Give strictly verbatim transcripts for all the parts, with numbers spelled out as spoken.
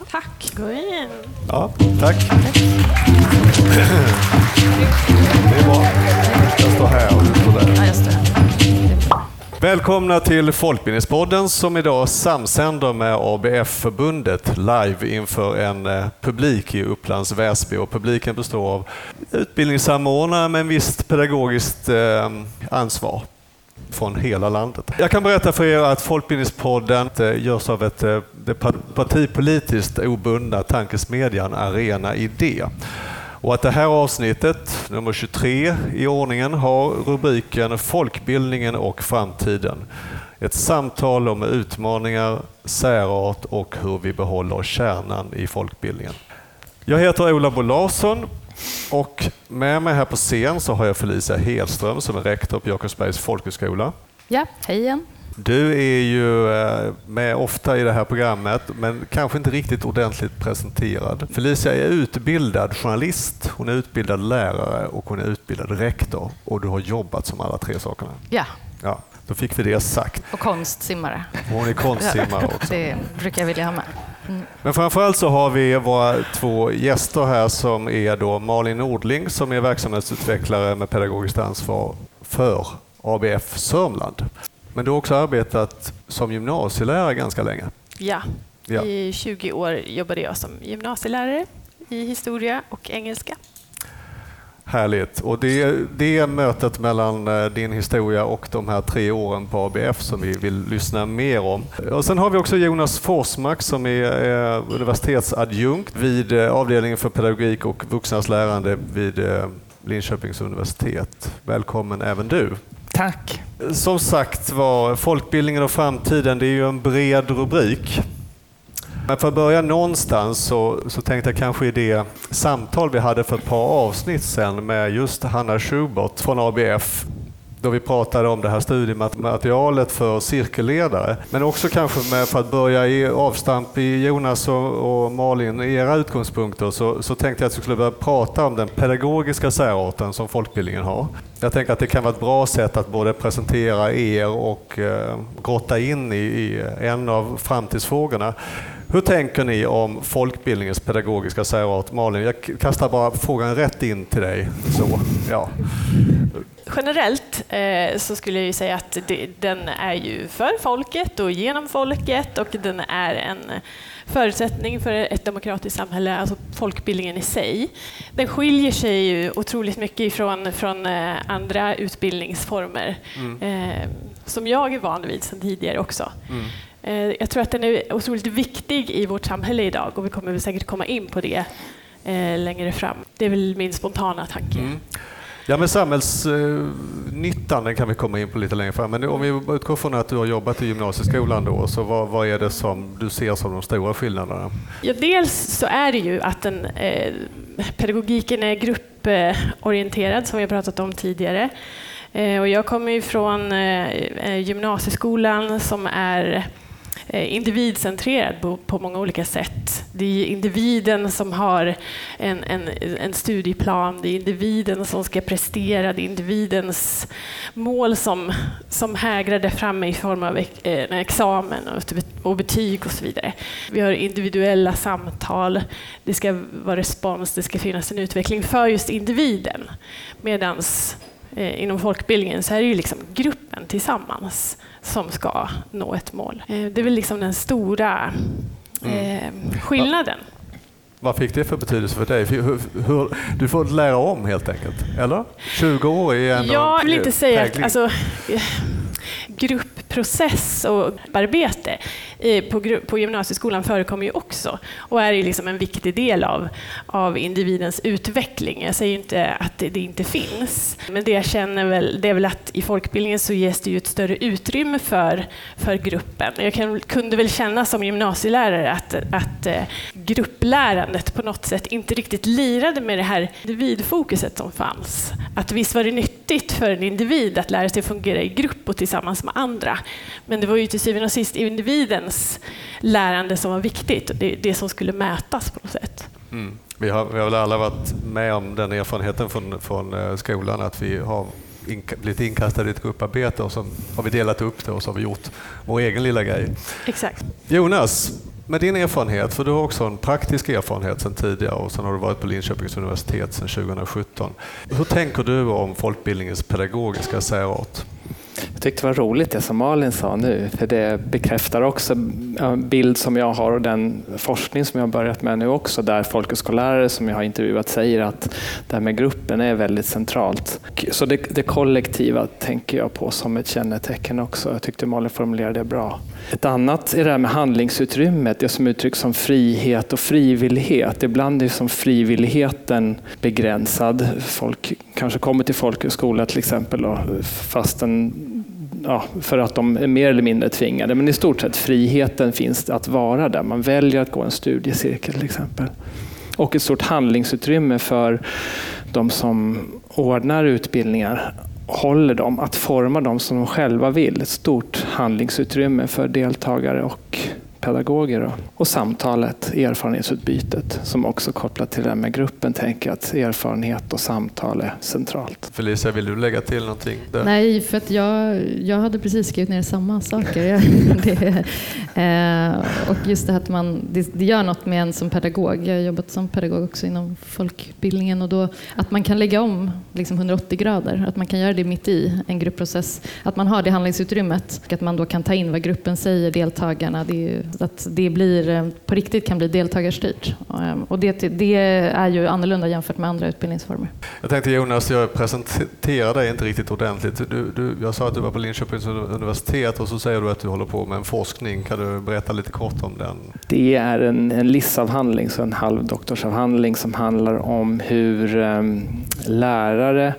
Tack. Gå in. Ja, tack. Det är bra. Jag står här och du står där. Ja, jag står här. Välkomna till Folkbildningspodden som idag samsänder med A B F-förbundet live inför en eh, publik i Upplands Väsby. Och publiken består av utbildningssamordnare med en visst pedagogiskt eh, ansvar från hela landet. Jag kan berätta för er att Folkbildningspodden görs av ett det partipolitiskt obundna tankesmedjan Arena Idé. Och att det här avsnittet, nummer tjugotre i ordningen, har rubriken Folkbildningen och framtiden. Ett samtal om utmaningar, särart och hur vi behåller kärnan i folkbildningen. Jag heter Ola Bo Larsson och med mig här på scen så har jag Felicia Hedström som är rektor på Jakobsbergs folkhögskola. Ja, hej igen. Du är ju med ofta i det här programmet men kanske inte riktigt ordentligt presenterad. Felicia är utbildad journalist, hon är utbildad lärare och hon är utbildad rektor. Och du har jobbat som alla tre sakerna. Ja. Ja, då fick vi det sagt. Och konstsimmare. Hon är konstsimmare också. Det brukar jag vilja ha med. Mm. Men framförallt så har vi våra två gäster här som är då Malin Nordling som är verksamhetsutvecklare med pedagogiskt ansvar för A B F Sörmland. Men du har också arbetat som gymnasielärare ganska länge. Ja, ja. I tjugo år jobbade jag som gymnasielärare i historia och engelska. Härligt. Och det, det är mötet mellan din historia och de här tre åren på A B F som vi vill lyssna mer om. Och sen har vi också Jonas Forsmark som är universitetsadjunkt vid avdelningen för pedagogik och vuxnas lärande vid Linköpings universitet. Välkommen även du. Tack. Som sagt var, folkbildningen och framtiden, det är ju en bred rubrik. Men för att börja någonstans så, så tänkte jag kanske i det samtal vi hade för ett par avsnitt sedan med just Hanna Schubert från A B F, då vi pratade om det här studiematerialet för cirkelledare. Men också kanske med, för att börja i avstamp i Jonas och, och Malin, i era utgångspunkter, så, så tänkte jag att vi skulle börja prata om den pedagogiska särarten som folkbildningen har. Jag tänker att det kan vara ett bra sätt att både presentera er och eh, grotta in i, i en av framtidsfrågorna. Hur tänker ni om folkbildningens pedagogiska särart? Malin, jag kastar bara frågan rätt in till dig. Så, ja. Generellt eh, så skulle jag ju säga att det, den är ju för folket och genom folket och den är en förutsättning för ett demokratiskt samhälle, alltså folkbildningen i sig. Den skiljer sig ju otroligt mycket ifrån, från eh, andra utbildningsformer mm. eh, som jag är van vid sedan tidigare också. Mm. Eh, jag tror att den är otroligt viktig i vårt samhälle idag och vi kommer väl säkert komma in på det eh, längre fram. Det är väl min spontana tanke. Mm. Ja, men samhällsnyttan den kan vi komma in på lite längre fram. Men om vi utgår från att du har jobbat i gymnasieskolan då, så vad, vad är det som du ser som de stora skillnaderna? Ja, dels så är det ju att den, eh, pedagogiken är grupporienterad som vi har pratat om tidigare. Eh, och jag kommer ju från eh, gymnasieskolan som är individcentrerad på, på många olika sätt. Det är individen som har en, en, en studieplan, det är individen som ska prestera, det är individens mål som, som hägrade fram i form av en examen och betyg och så vidare. Vi har individuella samtal, det ska vara respons, det ska finnas en utveckling för just individen. Medans eh, inom folkbildningen så är det ju liksom gruppen tillsammans som ska nå ett mål. Det är väl liksom den stora eh, skillnaden. Vad fick det för betydelse för dig? Hur, hur, du får lära om helt enkelt, eller? tjugo år är ändå... Jag vill inte säga att alltså, gruppprocess och arbete på, på gymnasieskolan förekommer ju också och är ju liksom en viktig del av, av individens utveckling. Jag säger inte att det, det inte finns, men det jag känner väl, det är väl att i folkbildningen så ges det ju ett större utrymme för, för gruppen. Jag kan, kunde väl känna som gymnasielärare att, att grupplärandet på något sätt inte riktigt lirade med det här individfokuset som fanns. Att visst var det nyttigt för en individ att lära sig fungera i grupp och tillsammans med andra. Men det var ju till syvende och sist individens lärande som var viktigt och det, det som skulle mätas på något sätt. Mm. Vi, har, vi har väl alla varit med om den erfarenheten från, från skolan att vi har inka, blivit inkastade i ett grupparbete och så har vi delat upp det och så har vi gjort vår egen lilla grej. Exakt. Jonas, med din erfarenhet, för du har också en praktisk erfarenhet sedan tidigare och sen har du varit på Linköpings universitet sedan tjugohundrasjutton. Hur tänker du om folkbildningens pedagogiska särart? Jag tyckte det var roligt det som Malin sa nu, för det bekräftar också en bild som jag har och den forskning som jag har börjat med nu också, där folkhögskollärare som jag har intervjuat säger att det här med gruppen är väldigt centralt. Så det, det kollektiva tänker jag på som ett kännetecken också. Jag tyckte Malin formulerade det bra. Ett annat är det här med handlingsutrymmet, det som uttrycks som frihet och frivillighet. Ibland är som frivilligheten begränsad. Folk kanske kommer till folkhögskola till exempel och fastän Ja, för att de är mer eller mindre tvingade. Men i stort sett friheten finns att vara där. Man väljer att gå en studiecirkel till exempel. Och ett stort handlingsutrymme för de som ordnar utbildningar. Håller dem att forma dem som de själva vill. Ett stort handlingsutrymme för deltagare och pedagoger. Då. Och samtalet, erfarenhetsutbytet, som också kopplat till det med gruppen, tänker att erfarenhet och samtal är centralt. Felicia, vill du lägga till någonting där? Nej, för att jag, jag hade precis skrivit ner samma saker. det, eh, och just det att man, det, det gör något med en som pedagog. Jag har jobbat som pedagog också inom folkbildningen, och då att man kan lägga om liksom hundraåttio grader, att man kan göra det mitt i en gruppprocess, att man har det handlingsutrymmet och att man då kan ta in vad gruppen säger, deltagarna. Det är ju, att det blir, på riktigt kan bli deltagarstyrt. Och det, det är ju annorlunda jämfört med andra utbildningsformer. Jag tänkte Jonas, jag presenterade dig inte riktigt ordentligt. Du, du, jag sa att du var på Linköpings universitet och så säger du att du håller på med en forskning. Kan du berätta lite kort om den? Det är en, en L I S-avhandling, så en halvdoktorsavhandling som handlar om hur um, lärare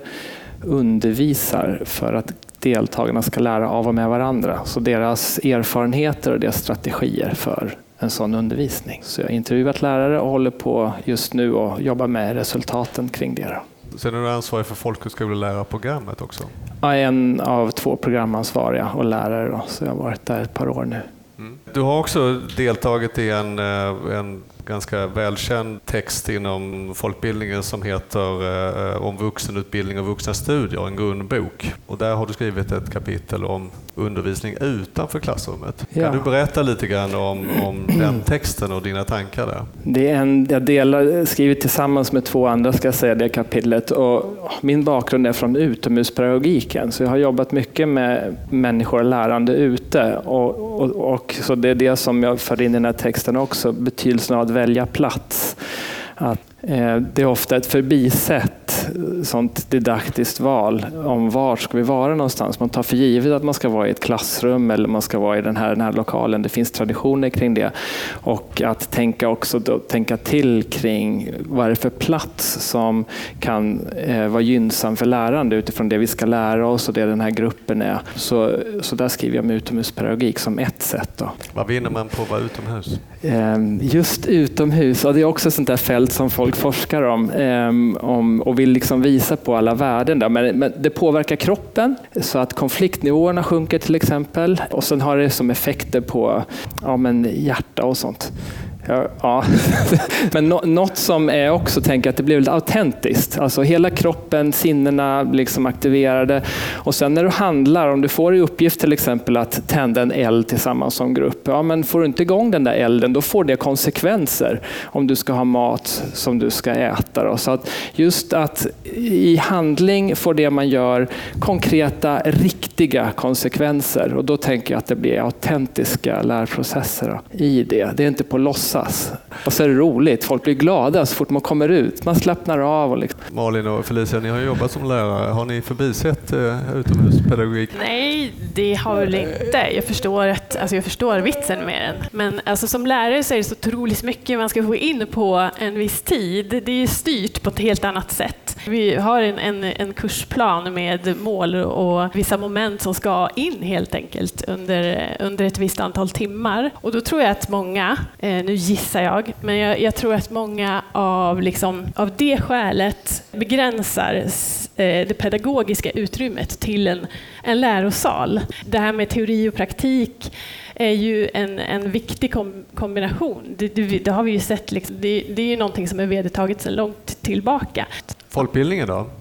undervisar för att deltagarna ska lära av och med varandra. Så deras erfarenheter och deras strategier för en sån undervisning. Så jag har intervjuat lärare och håller på just nu och jobbar med resultaten kring det. Sen är du ansvarig för folkhögskolelärarprogrammet också? Jag är en av två programansvariga och lärare, då, så jag har varit där ett par år nu. Mm. Du har också deltagit i en, en ganska välkänd text inom folkbildningen som heter eh, om vuxenutbildning och vuxna studier, en grundbok. Och där har du skrivit ett kapitel om undervisning utanför klassrummet. Ja. Kan du berätta lite grann om, om den texten och dina tankar där? Det är en, jag delar, skrivit tillsammans med två andra, ska jag säga, det kapitlet. Och min bakgrund är från utomhuspedagogiken, så jag har jobbat mycket med människor och lärande ute. Och, och, och så det är det som jag för in i den här texten också, betydelsen av att välja plats. Att, eh, det är ofta ett förbisett sånt didaktiskt val om var ska vi vara någonstans. Man tar för givet att man ska vara i ett klassrum eller man ska vara i den här, den här lokalen. Det finns traditioner kring det. Och att tänka också då, tänka till kring vad är det för plats som kan eh, vara gynnsam för lärande utifrån det vi ska lära oss och det den här gruppen är. Så, så där skriver jag med utomhuspedagogik som ett sätt. Då. Vad vinner man på att vara utomhus? Eh, just utomhus, och det är också ett sånt där fält som folk forskar om, eh, om och vill liksom visa på alla värden. Där. Men, men det påverkar kroppen så att konfliktnivåerna sjunker till exempel. Och sen har det som effekter på ja, men hjärta och sånt. Ja, ja. Men no, något som är också, tänker att det blir väldigt autentiskt. Alltså hela kroppen, sinnena liksom aktiverade. Och sen när du handlar, om du får i uppgift till exempel att tända en eld tillsammans som grupp. Ja, men får du inte igång den där elden, då får det konsekvenser om du ska ha mat som du ska äta. Då. Så att just att i handling får det man gör konkreta, riktiga konsekvenser. Och då tänker jag att det blir autentiska lärprocesser då, i det. Det är inte på loss. Och så är det roligt. Folk blir glada så fort man kommer ut. Man slappnar av. Och liksom. Malin och Felicia, ni har jobbat som lärare. Har ni förbisett uh, utomhuspedagogik? Nej, det har väl inte. Jag förstår, att, alltså jag förstår vitsen med den. Men alltså, som lärare så är det så otroligt mycket man ska få in på en viss tid. Det är styrt på ett helt annat sätt. Vi har en, en, en kursplan med mål och vissa moment som ska in helt enkelt under, under ett visst antal timmar. Och då tror jag att många, eh, nu gissar jag, men jag, jag tror att många av, liksom, av det skälet begränsar eh, det pedagogiska utrymmet till en, en lärosal. Det här med teori och praktik är ju en, en viktig kom, kombination. Det, det, det har vi ju sett, liksom, det, det är ju någonting som är vedertaget sedan långt tillbaka. Folkbildningen då?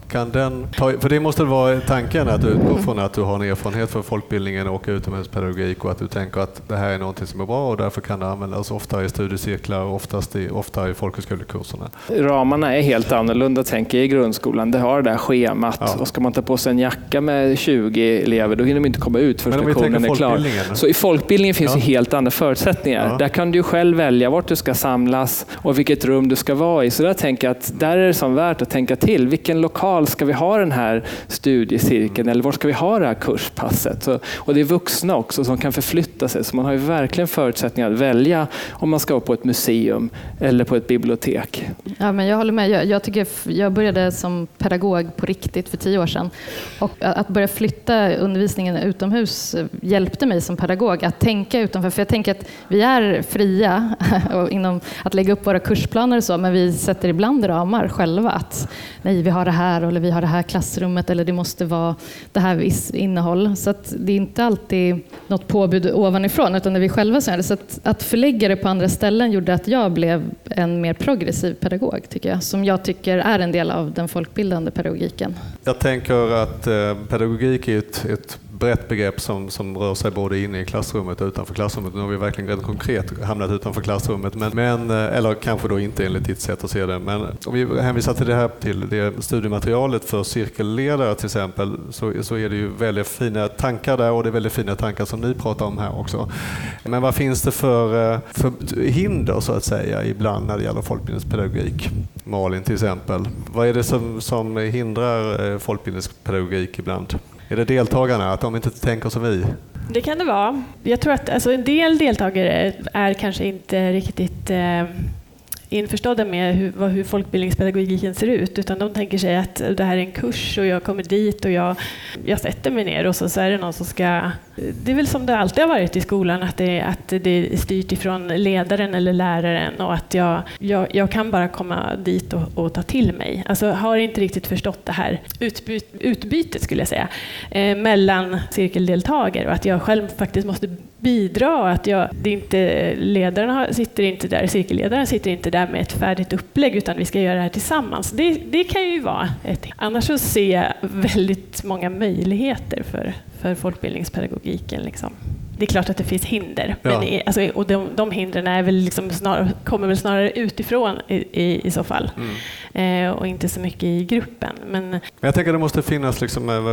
Kan den ta, för det måste vara tanken att utgå från att du har en erfarenhet för folkbildningen och utomhuspedagogik och att du tänker att det här är någonting som är bra och därför kan det användas ofta i studiecirklar och oftast i, ofta i folkhögskolekurserna. Ramarna är helt annorlunda tänker jag i grundskolan. Det har det där schemat ja. Och ska man ta på sig en jacka med tjugo elever då hinner de inte komma ut först lektionen är klar. Så i folkbildningen finns ja. ju helt andra förutsättningar. Ja. Där kan du själv välja vart du ska samlas och vilket rum du ska vara i. Så där tänker jag att där är det som värt att tänka till. Vilken lokal ska vi ha den här studiecirkeln eller var ska vi ha det här kurspasset? Så, och det är vuxna också som kan förflytta sig. Så man har ju verkligen förutsättningar att välja om man ska vara på ett museum eller på ett bibliotek. Ja, men jag håller med. Jag, jag, tycker, jag började som pedagog på riktigt för tio år sedan. Och att börja flytta undervisningen utomhus hjälpte mig som pedagog att tänka utanför. För jag tänker att vi är fria inom att lägga upp våra kursplaner och så, men vi sätter ibland ramar själva. Att nej, vi har det här eller vi har det här klassrummet eller det måste vara det här innehåll. Så att det är inte alltid något påbud ovanifrån utan det vi själva som gör det. Så att, att förlägga det på andra ställen gjorde att jag blev en mer progressiv pedagog tycker jag. Som jag tycker är en del av den folkbildande pedagogiken. Jag tänker att eh, pedagogik är ett, ett brett begrepp som, som rör sig både inne i klassrummet och utanför klassrummet. Nu har vi verkligen rätt konkret hamnat utanför klassrummet, men, men, eller kanske då inte enligt ditt sätt att se det. Men om vi hänvisar till det här till det studiematerialet för cirkelledare till exempel så, så är det ju väldigt fina tankar där och det är väldigt fina tankar som ni pratar om här också. Men vad finns det för, för hinder så att säga ibland när det gäller folkbildningspedagogik? Malin till exempel. Vad är det som, som hindrar folkbildningspedagogik ibland? Är det deltagarna, att de inte tänker som vi? Det kan det vara. Jag tror att alltså, en del deltagare är kanske inte riktigt eh, införstådda med hur, vad, hur folkbildningspedagogiken ser ut. Utan de tänker sig att det här är en kurs och jag kommer dit och jag, jag sätter mig ner och så, så är det någon som ska... Det är väl som det alltid har varit i skolan, att det, att det är styrt ifrån ledaren eller läraren och att jag, jag, jag kan bara komma dit och, och ta till mig. Alltså har inte riktigt förstått det här utbyt, utbytet skulle jag säga, eh, mellan cirkeldeltagare och att jag själv faktiskt måste bidra och att jag, det inte, ledaren sitter inte där, cirkelledaren sitter inte där med ett färdigt upplägg utan vi ska göra det här tillsammans. Det, det kan ju vara ett... Annars så ser jag väldigt många möjligheter för för folkbildningspedagogiken. Liksom. Det är klart att det finns hinder. Ja. Men är, alltså, och de, de hindren är väl liksom snar, kommer väl snarare utifrån i, i, i så fall. Mm. Eh, och inte så mycket i gruppen. Men, Men jag tänker att det måste finnas liksom,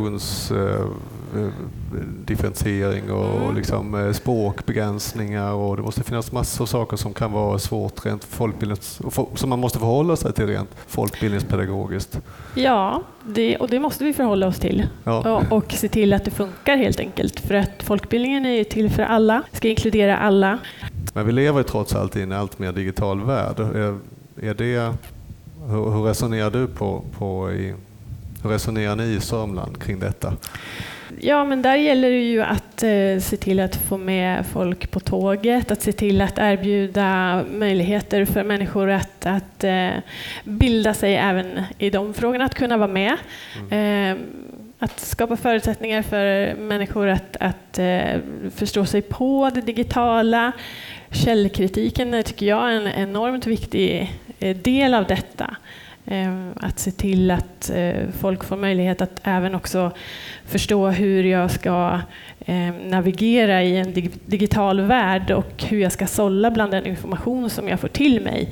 funktionsdifferentiering eh, och mm. liksom, språkbegränsningar. Och det måste finnas massor av saker som kan vara svårt rent folkbildnings, som man måste förhålla sig till rent folkbildningspedagogiskt. Ja, det, och det måste vi förhålla oss till. Ja. Och, och se till att det funkar helt enkelt. För att folkbildningen är ju till för alla, ska inkludera alla. Men vi lever trots allt i en allt mer digital värld. Är, är det, hur, hur resonerar du på, på i, hur resonerar ni i Sörmland kring detta? Ja, men där gäller det ju att eh, se till att få med folk på tåget, att se till att erbjuda möjligheter för människor att, att eh, bilda sig även i de frågorna, att kunna vara med. Mm. Eh, att skapa förutsättningar för människor att, att eh, förstå sig på det digitala. Källkritiken tycker jag är en enormt viktig eh, del av detta. Att se till att folk får möjlighet att även också förstå hur jag ska navigera i en digital värld och hur jag ska sålla bland den information som jag får till mig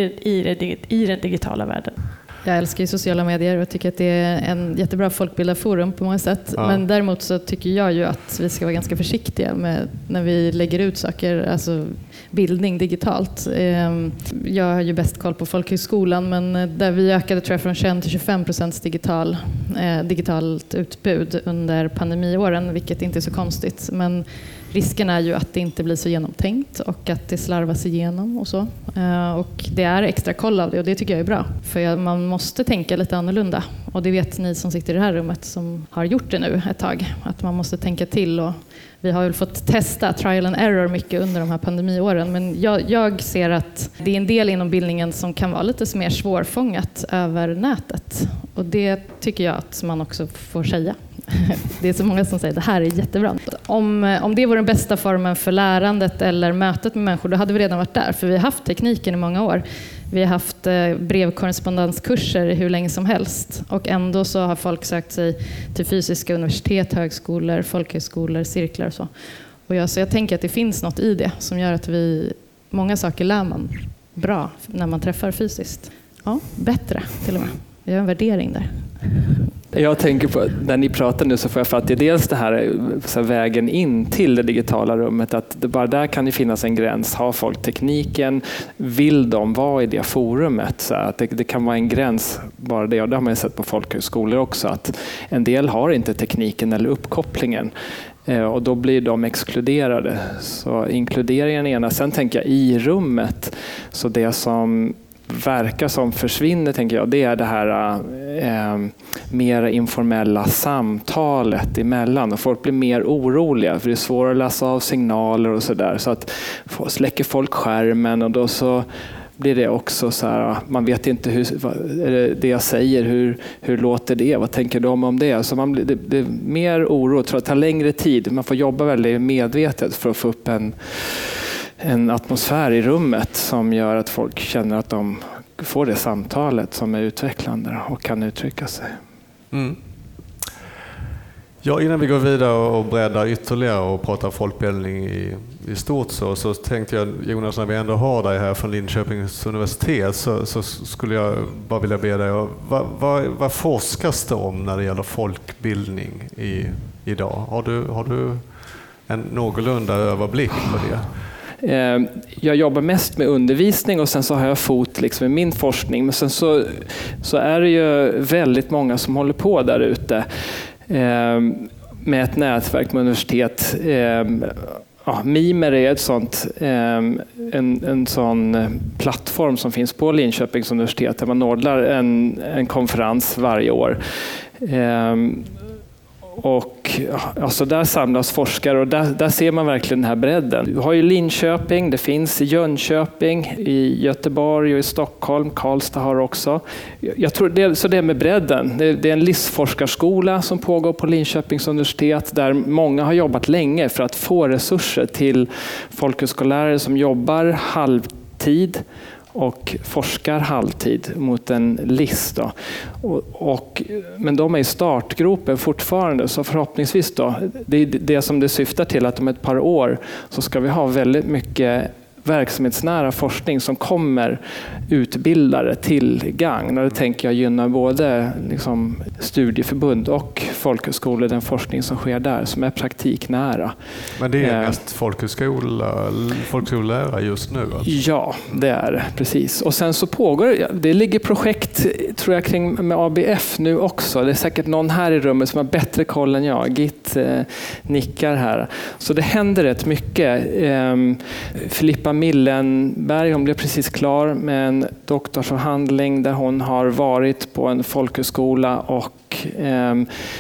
i den digitala världen. Jag älskar ju sociala medier och tycker att det är en jättebra folkbildarforum på många sätt. Ja. Men däremot så tycker jag ju att vi ska vara ganska försiktiga med när vi lägger ut saker, alltså bildning digitalt. Jag har ju bäst koll på folkhögskolan, men där vi ökade tror jag från tjugo till tjugofem procent digital, eh, digitalt utbud under pandemiåren, vilket inte är så konstigt. Men risken är ju att det inte blir så genomtänkt och att det slarvas igenom och så. Och det är extra koll av det och det tycker jag är bra. För man måste tänka lite annorlunda. Och det vet ni som sitter i det här rummet som har gjort det nu ett tag. Att man måste tänka till och vi har ju fått testa trial and error mycket under de här pandemiåren. Men jag, jag ser att det är en del inom bildningen som kan vara lite mer svårfångat över nätet. Och det tycker jag att man också får säga. Det är så många som säger att det här är jättebra. Om, om det var den bästa formen för lärandet eller mötet med människor, då hade vi redan varit där. För vi har haft tekniken i många år. Vi har haft brevkorrespondenskurser hur länge som helst och ändå så har folk sökt sig till fysiska universitet, högskolor, folkhögskolor, cirklar och så. Och jag, så jag tänker att det finns något i det som gör att vi, många saker lär man bra när man träffar fysiskt. Ja, bättre till och med. Jag har en värdering där. Jag tänker på, när ni pratar nu så får jag för att det är dels det här, så här vägen in till det digitala rummet, att det bara där kan det finnas en gräns. Har folk tekniken? Vill de vara i det forumet? Så att det, det kan vara en gräns bara det, och det har man ju sett på folkhögskolor också, att en del har inte tekniken eller uppkopplingen. Och då blir de exkluderade. Så inkluderingen är ena. Sen tänker jag i rummet, så det som verkar som försvinner, tänker jag, det är det här eh, mer informella samtalet emellan. Och folk blir mer oroliga för det är svårt att läsa av signaler och sådär. Så att släcker folk skärmen och då så blir det också så här, man vet inte hur det jag säger, hur, hur låter det, vad tänker de om det? Så man blir, det, det är mer oro, jag tror att det tar längre tid. Man får jobba väldigt medvetet för att få upp en en atmosfär i rummet som gör att folk känner att de får det samtalet som är utvecklande och kan uttrycka sig. Mm. Ja, innan vi går vidare och breddar ytterligare och pratar folkbildning i, i stort så, så tänkte jag, Jonas, när vi ändå har dig här från Linköpings universitet så, så skulle jag bara vilja be dig, vad, vad, vad forskas det om när det gäller folkbildning i, idag? Har du, har du en någorlunda överblick på det? Jag jobbar mest med undervisning och sen så har jag fot liksom i min forskning. Men sen så, så är det ju väldigt många som håller på där ute med ett nätverk med universitet. Ja, Mimer är ett sånt, en, en sån plattform som finns på Linköpings universitet där man ordnar en, en konferens varje år. Och alltså där samlas forskare och där, där ser man verkligen den här bredden. Du har ju Linköping, det finns i Jönköping, i Göteborg och i Stockholm. Karlstad har också. Jag tror det, så det är med bredden. Det, det är en livsforskarskola som pågår på Linköpings universitet där många har jobbat länge för att få resurser till folkhögskollärare som jobbar halvtid och forskar halvtid mot en list. Då. Och, och, men de är i startgropen fortfarande, så förhoppningsvis då, det är det som det syftar till, att om ett par år så ska vi ha väldigt mycket verksamhetsnära forskning som kommer utbildare till gagn. Och det tänker jag gynnar både liksom studieförbund och folkhögskolor, den forskning som sker där som är praktiknära. Men det är mest folkhögskola, folkhögskolelärare just nu? Alltså. Ja, det är det. Precis. Och sen så pågår det, det ligger projekt tror jag kring med A B F nu också. Det är säkert någon här i rummet som har bättre koll än jag. Git eh, nickar här. Så det händer rätt mycket. Eh, Filippa Millenberg, hon blev precis klar med en doktorsavhandling där hon har varit på en folkhögskola och eh,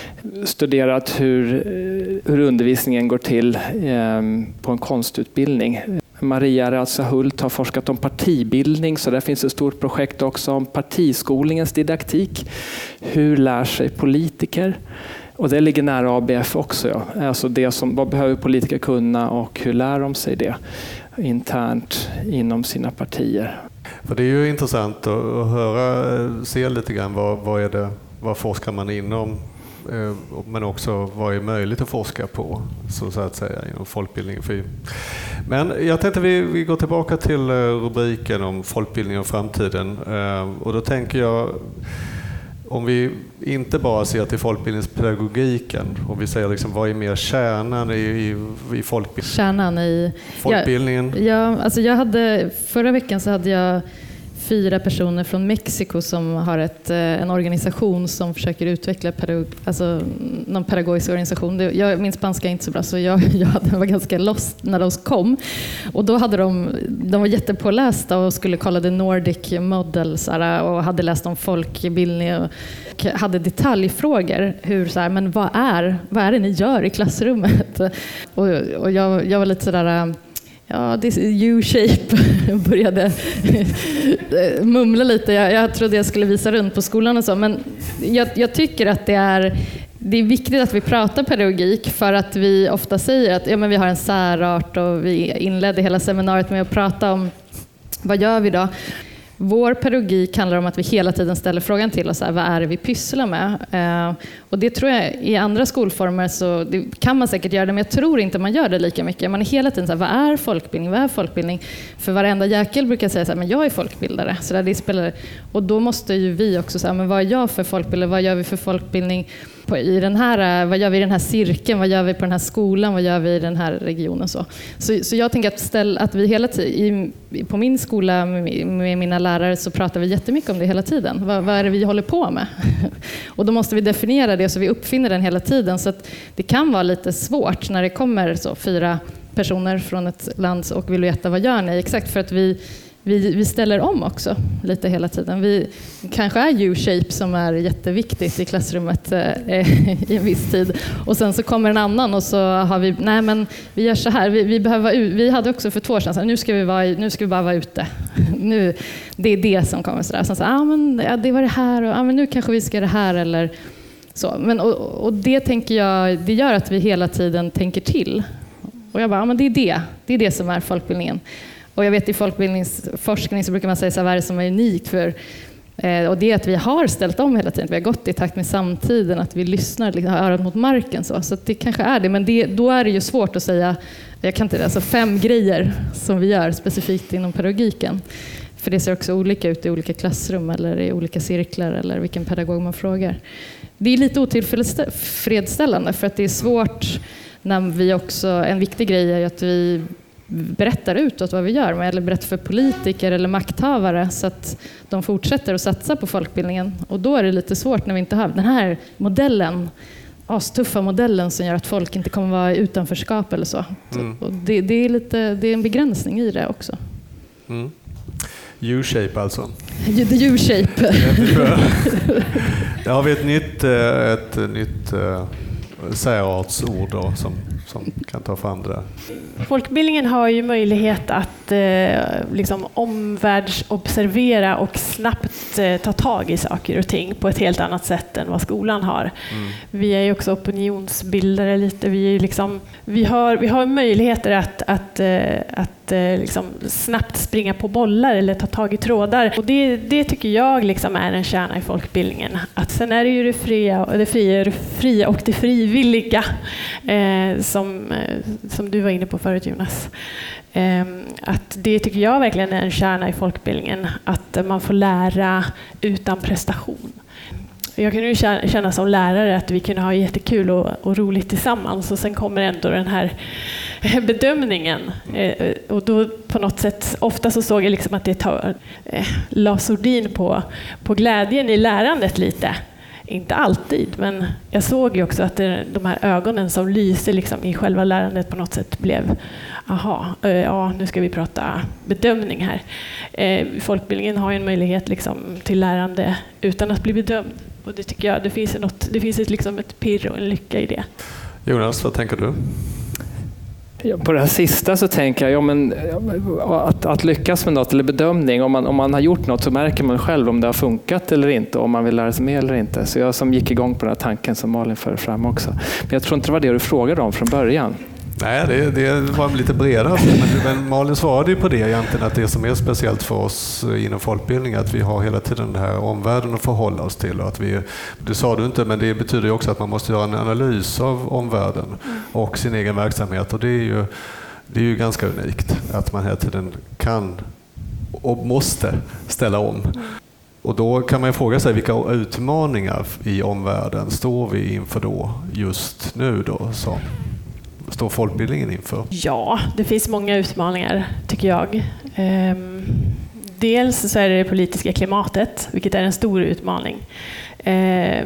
studerat hur, hur undervisningen går till eh, på en konstutbildning. Maria Ratsa Hult har forskat om partibildning, så där finns ett stort projekt också om partiskolingens didaktik. Hur lär sig politiker? Och det ligger nära A B F också. Ja. Alltså det som, vad behöver politiker kunna och hur lär de sig det internt inom sina partier? För det är ju intressant att höra, se lite grann vad, vad är det, vad forskar man inom, men också vad är möjligt att forska på, så, så att säga, inom folkbildning. Men jag tänkte vi, vi går tillbaka till rubriken om folkbildning och framtiden, och då tänker jag, om vi inte bara ser till folkbildningspedagogiken, och vi säger liksom, vad är mer kärnan i, i, i folkbildningen? Kärnan i folkbildningen? Ja, ja, alltså jag hade, förra veckan så hade jag fyra personer från Mexiko som har ett, en organisation som försöker utveckla pedagog, alltså någon pedagogisk organisation. Jag, min spanska är inte så bra, så jag, jag var ganska lost när de kom. Och då hade de, de var jättepålästa och skulle kolla the Nordic Model och hade läst om folkbildning och hade detaljfrågor. Hur, så här, men vad är, vad är det ni gör i klassrummet? Och, och jag, jag var lite sådär... Ja, det är U-shape. Jag började mumla lite. Jag, jag trodde jag skulle visa runt på skolan och så. Men jag, jag tycker att det är, det är viktigt att vi pratar pedagogik, för att vi ofta säger att ja, men vi har en särart, och vi inledde hela seminariet med att prata om vad gör vi då? vår pedagogik handlar om att vi hela tiden ställer frågan till oss, här, vad är det vi pysslar med? Eh, och det tror jag i andra skolformer så det kan man säkert göra det, men jag tror inte man gör det lika mycket. Man är hela tiden så här, vad är folkbildning? Vad är folkbildning? För varenda jäkel brukar säga så här, men jag är folkbildare. Så där, det spelar, och då måste ju vi också säga, men vad är jag för folkbildare? Vad gör vi för folkbildning på, i den här, vad gör vi i den här cirkeln? Vad gör vi på den här skolan? Vad gör vi i den här regionen? Så, så, så jag tänker att, ställ, att vi hela tiden, på min skola med, med mina lärare så pratar vi jättemycket om det hela tiden. Vad, vad är det vi håller på med? Och då måste vi definiera det så vi uppfinner den hela tiden. Så att det kan vara lite svårt när det kommer så fyra personer från ett land och vill veta vad gör ni exakt, för att vi Vi, vi ställer om också lite hela tiden. Vi kanske är U-shape som är jätteviktigt i klassrummet eh, i en viss tid. Och sen så kommer en annan och så har vi, nej men vi gör så här. Vi, vi, behöver vara ut, vi hade också för två år sedan, så nu ska vi, vara, nu ska vi bara vara ute. Nu, det är det som kommer sådär. Sen så, ah, men, ja, det var det här och ah, men nu kanske vi ska det här eller så. Men, och, och det tänker jag, det gör att vi hela tiden tänker till. Och jag bara, ah, men det är det. Det är det som är folkbildningen. Och jag vet i folkbildningsforskning så brukar man säga så här, vad är det som är unikt för, eh, och det är att vi har ställt om hela tiden. Vi har gått i takt med samtiden, att vi lyssnar, liksom, har örat mot marken. Så, så det kanske är det, men det, då är det ju svårt att säga, jag kan inte, alltså fem grejer som vi gör specifikt inom pedagogiken. För det ser också olika ut i olika klassrum eller i olika cirklar eller vilken pedagog man frågar. Det är lite otillfredsställande för att det är svårt när vi också, en viktig grej är att vi berättar utåt vad vi gör med, eller berättar för politiker eller makthavare så att de fortsätter att satsa på folkbildningen. Och då är det lite svårt när vi inte har den här modellen, astuffa modellen som gör att folk inte kommer vara i utanförskap eller så. Mm. Och det, det, är lite, det är en begränsning i det också. Mm. U-shape alltså. The U-shape. Där har vi ett nytt, ett nytt särartsord då, som, som kan ta fram det där. Folkbildningen har ju möjlighet att eh, liksom omvärldsobservera och snabbt eh, ta tag i saker och ting på ett helt annat sätt än vad skolan har. Mm. Vi är ju också opinionsbildare lite. Vi, är liksom, vi, har, vi har möjligheter att, att, eh, att eh, liksom snabbt springa på bollar eller ta tag i trådar. Och det, det tycker jag liksom är en kärna i folkbildningen. Att sen är det ju det fria, det fria, det fria och det frivilliga eh, som, eh, som du var inne på förut, Jonas. Eh, att det tycker jag verkligen är en kärna i folkbildningen. Att man får lära utan prestation. Jag kunde ju känna som lärare att vi kunde ha jättekul och, och roligt tillsammans, och sen kommer ändå den här bedömningen. Eh, och då på något sätt, ofta så såg jag liksom att det tar, eh, la sordin på, på glädjen i lärandet lite. Inte alltid, men jag såg ju också att det, de här ögonen som lyser liksom i själva lärandet på något sätt blev, aha, eh, ja, nu ska vi prata bedömning här. Eh, folkbildningen har ju en möjlighet liksom till lärande utan att bli bedömd. Och det tycker jag, det finns, något, det finns ett, liksom ett pirr och en lycka i det. Jonas, vad tänker du? Ja, på det här sista så tänker jag, ja, men, att, att lyckas med något eller bedömning, om man, om man har gjort något så märker man själv om det har funkat eller inte, om man vill lära sig mer eller inte. Så jag som gick igång på den här tanken som Malin för fram också. Men jag tror inte det var det du frågade om från början. Nej, det, det var lite bredare. Men, men Malin svarade ju på det egentligen, att det som är speciellt för oss inom folkbildning är att vi har hela tiden den här omvärlden att förhålla oss till. Och att vi, det sa du inte, men det betyder ju också att man måste göra en analys av omvärlden och sin egen verksamhet. Och det är ju, det är ju ganska unikt att man hela tiden kan och måste ställa om. Och då kan man fråga sig vilka utmaningar i omvärlden står vi inför då just nu då som står folkbildningen inför? Ja, det finns många utmaningar tycker jag. Ehm, dels så är det det politiska klimatet, vilket är en stor utmaning. Ehm,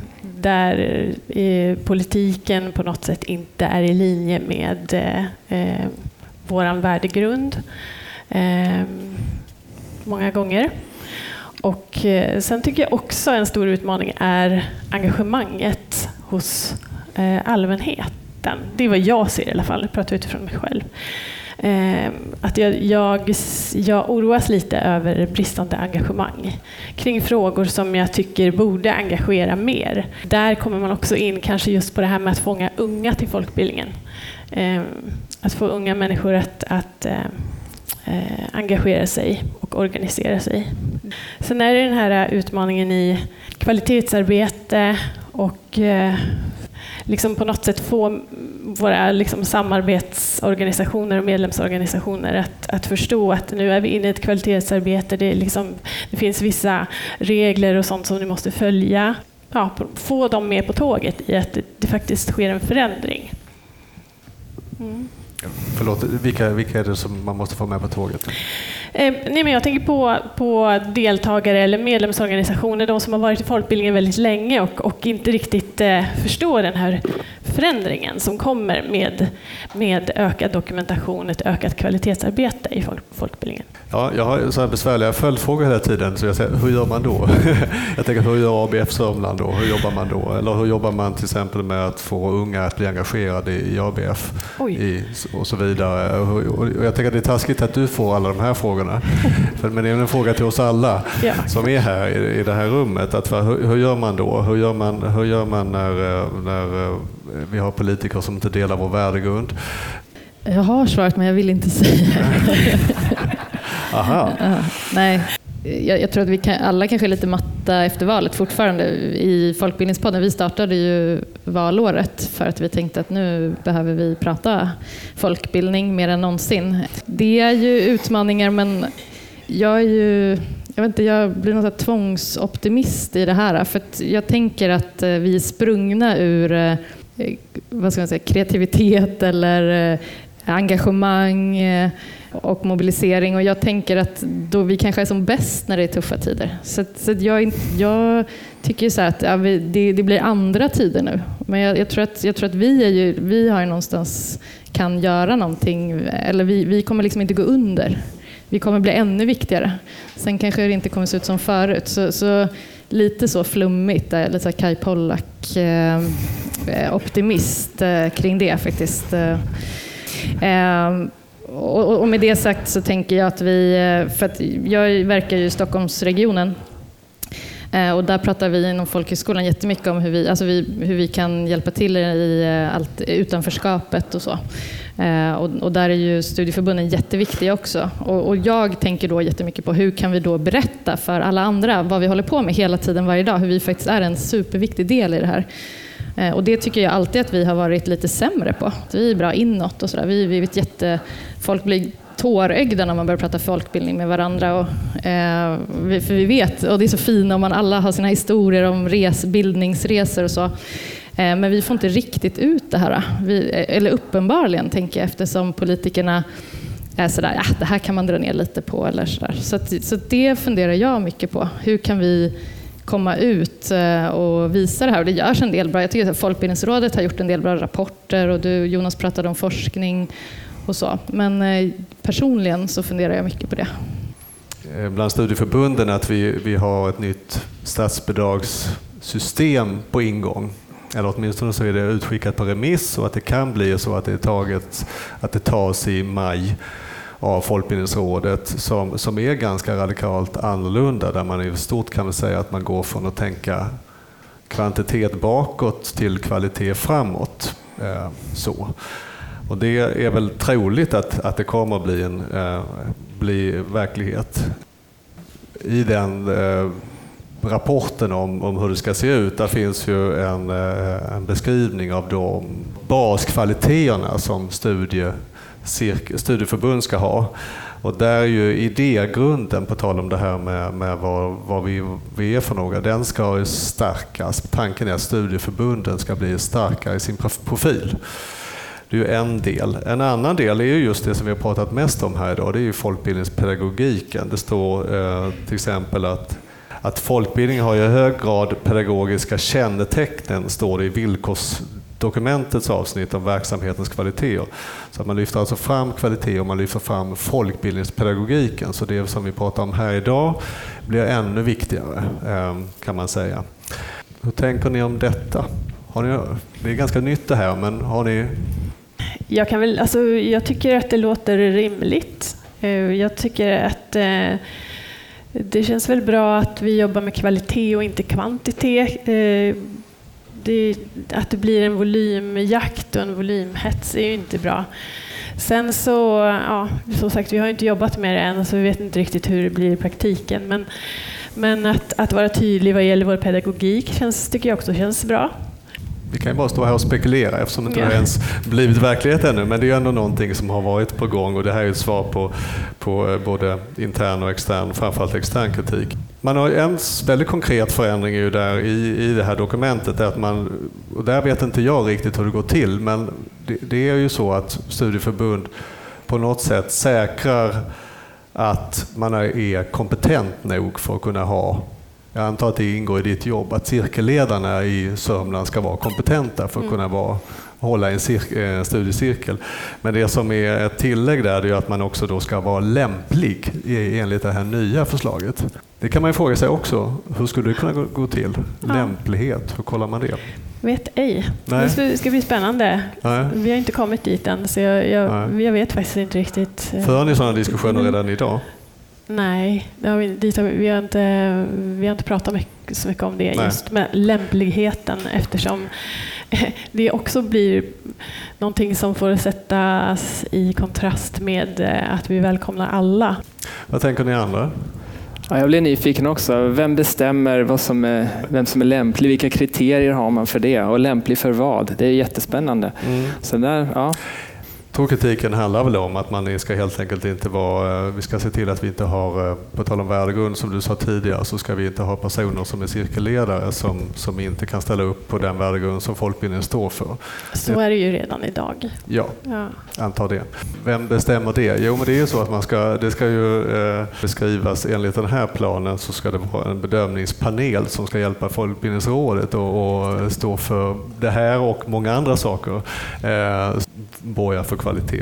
där eh, politiken på något sätt inte är i linje med eh, våran värdegrund. Ehm, många gånger. Och eh, sen tycker jag också en stor utmaning är engagemanget hos eh, allmänhet. Det är vad jag ser i alla fall, jag pratar utifrån mig själv. Eh, att jag, jag, jag oroas lite över bristande engagemang kring frågor som jag tycker borde engagera mer. Där kommer man också in kanske just på det här med att fånga unga till folkbildningen. Eh, att få unga människor att, att eh, engagera sig och och organisera sig. Sen är det den här utmaningen i kvalitetsarbete och eh, liksom på något sätt få våra liksom samarbetsorganisationer och medlemsorganisationer att, att förstå att nu är vi inne i ett kvalitetsarbete. Det, är liksom, det finns vissa regler och sånt som ni måste följa. Ja, få dem med på tåget i att det, det faktiskt sker en förändring. Mm. Förlåt, vilka, vilka är det som man måste få med på tåget? Eh, nej, men jag tänker på, på deltagare eller medlemsorganisationer, de som har varit i folkbildningen väldigt länge och, och inte riktigt eh, förstår den här förändringen som kommer med, med ökad dokumentation, ett ökat kvalitetsarbete i folk, folkbildningen. Ja, jag har så här besvärliga följdfrågor hela tiden, så jag säger, hur gör man då? Jag tänker, hur gör A B F Sörmland då? Hur jobbar man då? Eller hur jobbar man till exempel med att få unga att bli engagerade i A B F i, och så vidare? Och jag tänker att det är taskigt att du får alla de här frågorna. Men det är en fråga till oss alla ja. som är här i, i det här rummet. Att, hur, hur gör man då? Hur gör man, hur gör man när, när vi har politiker som inte delar vår värdegrund? Jag har svarat, men jag vill inte säga. Aha. Uh, nej, jag, jag tror att vi kan, alla kanske är lite matta efter valet fortfarande. I Folkbildningspodden, vi startade ju valåret för att vi tänkte att nu behöver vi prata folkbildning mer än någonsin. Det är ju utmaningar, men jag är ju... Jag, vet inte, jag blir något tvångsoptimist i det här. För att jag tänker att vi är sprungna ur vad ska man säga, kreativitet eller engagemang och mobilisering. Och jag tänker att då vi kanske är som bäst när det är tuffa tider. Så, så jag, jag tycker så här att ja, vi, det, det blir andra tider nu. Men jag, jag, tror, att, jag tror att vi, är ju, vi har ju någonstans kan göra någonting. Eller vi, vi kommer liksom inte gå under. Vi kommer bli ännu viktigare. Sen kanske det inte kommer se ut som förut. Så, så lite så flummigt, lite så Kai Pollak eh, optimist eh, kring det faktiskt. Eh, och, och med det sagt så tänker jag att vi, för att jag verkar ju i Stockholmsregionen eh, och där pratar vi inom folkhögskolan jättemycket om hur vi, alltså vi, hur vi kan hjälpa till i allt utanförskapet och så. Eh, och, och där är ju studieförbunden jätteviktiga också. Och, och jag tänker då jättemycket på hur kan vi då berätta för alla andra vad vi håller på med hela tiden varje dag, hur vi faktiskt är en superviktig del i det här. Eh, och det tycker jag alltid att vi har varit lite sämre på. Att vi är bra inåt och sådär. Vi, vi vet jätte... Folk blir tårögda när man börjar prata folkbildning med varandra. Och, eh, vi, för vi vet, och det är så fint om man alla har sina historier om res, bildningsresor och så. Men vi får inte riktigt ut det här. Vi, eller uppenbarligen, tänker jag, eftersom politikerna är sådär, ja, det här kan man dra ner lite på. Eller sådär. Så, att, så det funderar jag mycket på. Hur kan vi komma ut och visa det här? Och det görs en del bra. Jag tycker att Folkbildningsrådet har gjort en del bra rapporter. Och du, Jonas, pratade om forskning och så. Men personligen så funderar jag mycket på det. Bland studieförbunden att vi, vi har ett nytt statsbidragssystem på ingång. Eller åtminstone så är det utskickat på remiss och att det kan bli så att det, är taget, att det tas i maj av Folkbildningsrådet som, som är ganska radikalt annorlunda, där man i stort kan säga att man går från att tänka kvantitet bakåt till kvalitet framåt. Eh, så. Och det är väl troligt att, att det kommer att bli, en, eh, bli verklighet. I den eh, rapporten om, om hur det ska se ut, där finns ju en, en beskrivning av de baskvaliteterna som studie, studieförbund ska ha. Och där är ju idégrunden, på tal om det här med, med vad, vad vi, vi är för några, den ska stärkas. Tanken är att studieförbunden ska bli starkare i sin profil. Det är ju en del. En annan del är ju just det som vi har pratat mest om här idag, det är ju folkbildningspedagogiken. Det står eh, till exempel att Att folkbildning har i hög grad pedagogiska kännetecken, står det i villkorsdokumentets avsnitt om verksamhetens kvaliteter. Så att man lyfter alltså fram kvalitet och man lyfter fram folkbildningspedagogiken. Så det som vi pratar om här idag blir ännu viktigare, kan man säga. Hur tänker ni om detta? Har ni, det är ganska nytt det här, men har ni... Jag, kan väl, alltså, jag tycker att det låter rimligt. Jag tycker att det känns väl bra att vi jobbar med kvalitet och inte kvantitet. Det, att det blir en volymjakt och en volymhets är ju inte bra. Sen så, ja, som sagt, vi har inte jobbat med det än så vi vet inte riktigt hur det blir i praktiken. Men, men att, att vara tydlig vad gäller vår pedagogik känns, tycker jag också känns bra. Vi kan ju bara stå här och spekulera eftersom det inte Ja. har ens blivit verklighet ännu. Men det är ju ändå någonting som har varit på gång och det här är ett svar på, på både intern och extern, framförallt extern kritik. Man har en väldigt konkret förändring ju där i, i det här dokumentet. Att man, och där vet inte jag riktigt hur det går till, men det, det är ju så att studieförbund på något sätt säkrar att man är kompetent nog för att kunna ha. Jag antar att det ingår i ditt jobb att cirkelledarna i Sörmland ska vara kompetenta för att kunna vara, hålla en, cirk, en studiecirkel. Men det som är ett tillägg där är att man också då ska vara lämplig enligt det här nya förslaget. Det kan man ju fråga sig också. Hur skulle det kunna gå till? Ja. Lämplighet, hur kollar man det? Vet ej. Nej. Det ska, ska bli spännande. Nej. Vi har inte kommit dit än så jag, jag, jag vet faktiskt inte riktigt. För ni sådana diskussioner redan idag? Nej, det har vi, dit har vi, vi, har inte, vi har inte pratat mycket, så mycket om det. Nej. Just med lämpligheten eftersom det också blir någonting som får sättas i kontrast med att vi välkomnar alla. Vad tänker ni andra? Ja, jag blir nyfiken också. Vem bestämmer vad som är, vem som är lämplig? Vilka kriterier har man för det? Och lämplig för vad? Det är jättespännande. Mm. Så där, ja. Kritiken handlar väl om att man ska helt enkelt inte vara, vi ska se till att vi inte har, på tal om värdegrund som du sa tidigare, så ska vi inte ha personer som är cirkelledare som, som inte kan ställa upp på den värdegrund som folkbildningen står för. Så är det ju redan idag. Ja, Ja. antar det. Vem bestämmer det? Jo, men det är ju så att man ska, det ska ju eh, beskrivas enligt den här planen, så ska det vara en bedömningspanel som ska hjälpa Folkbildningsrådet och, och stå för det här och många andra saker. Eh, borgar för kvalitet.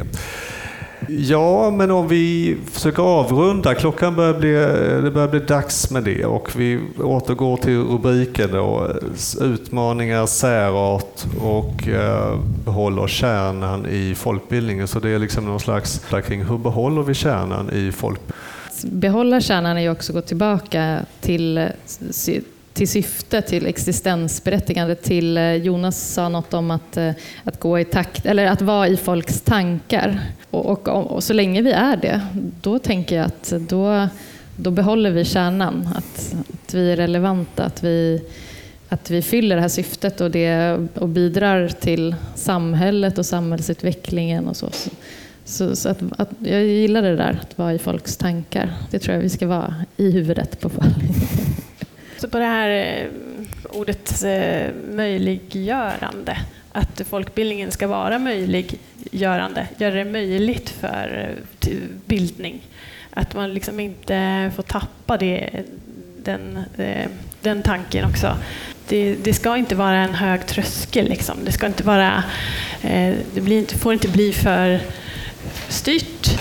Ja, men om vi försöker avrunda, klockan börjar bli, det börjar bli dags med det och vi återgår till rubriken då, utmaningar, särart och eh, behåller kärnan i folkbildningen. Så det är liksom någon slags kring hur behåller vi kärnan i folkbildningen? Behålla kärnan är ju också att gå tillbaka till till syfte, till existensberättigande, till Jonas sa något om att, att gå i takt, eller att vara i folks tankar. Och, och, och så länge vi är det, då tänker jag att då, då behåller vi kärnan. Att, att vi är relevanta, att vi, att vi fyller det här syftet och, det, och bidrar till samhället och samhällsutvecklingen och så. Så, så, så att, att jag gillar det där, att vara i folks tankar. Det tror jag vi ska vara i huvudet på folk. Så på det här ordet möjliggörande, att folkbildningen ska vara möjliggörande, göra det möjligt för bildning. Att man liksom inte får tappa det, den, den tanken också. Det, det ska inte vara en hög tröskel. Liksom. Det, ska inte vara, det blir, får inte bli för styrt,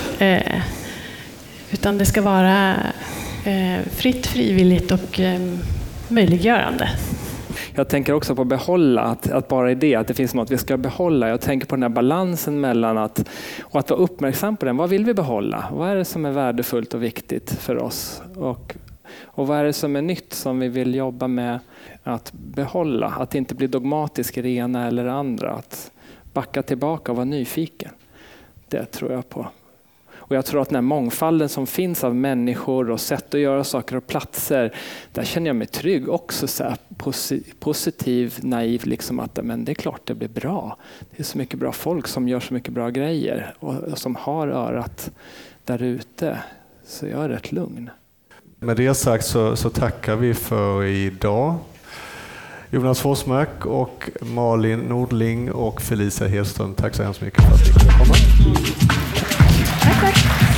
utan det ska vara fritt, frivilligt och möjliggörande. Jag tänker också på behålla, att, att bara i det, att det finns något vi ska behålla. Jag tänker på den här balansen mellan att, och att vara uppmärksam på den. Vad vill vi behålla? Vad är det som är värdefullt och viktigt för oss? Och, och vad är det som är nytt som vi vill jobba med att behålla? Att inte bli dogmatisk i det ena eller det andra. Att backa tillbaka och vara nyfiken. Det tror jag på. Och jag tror att den här mångfalden som finns av människor och sätt att göra saker och platser, där känner jag mig trygg också, så här positiv, naiv, liksom att men det är klart det blir bra. Det är så mycket bra folk som gör så mycket bra grejer och, och som har örat där ute. Så jag är rätt lugn. Med det sagt så, så tackar vi för idag. Jonas Forsmark och Malin Nordling och Felicia Hedström, tack så hemskt mycket för att ni kunde komma. Tack, tack.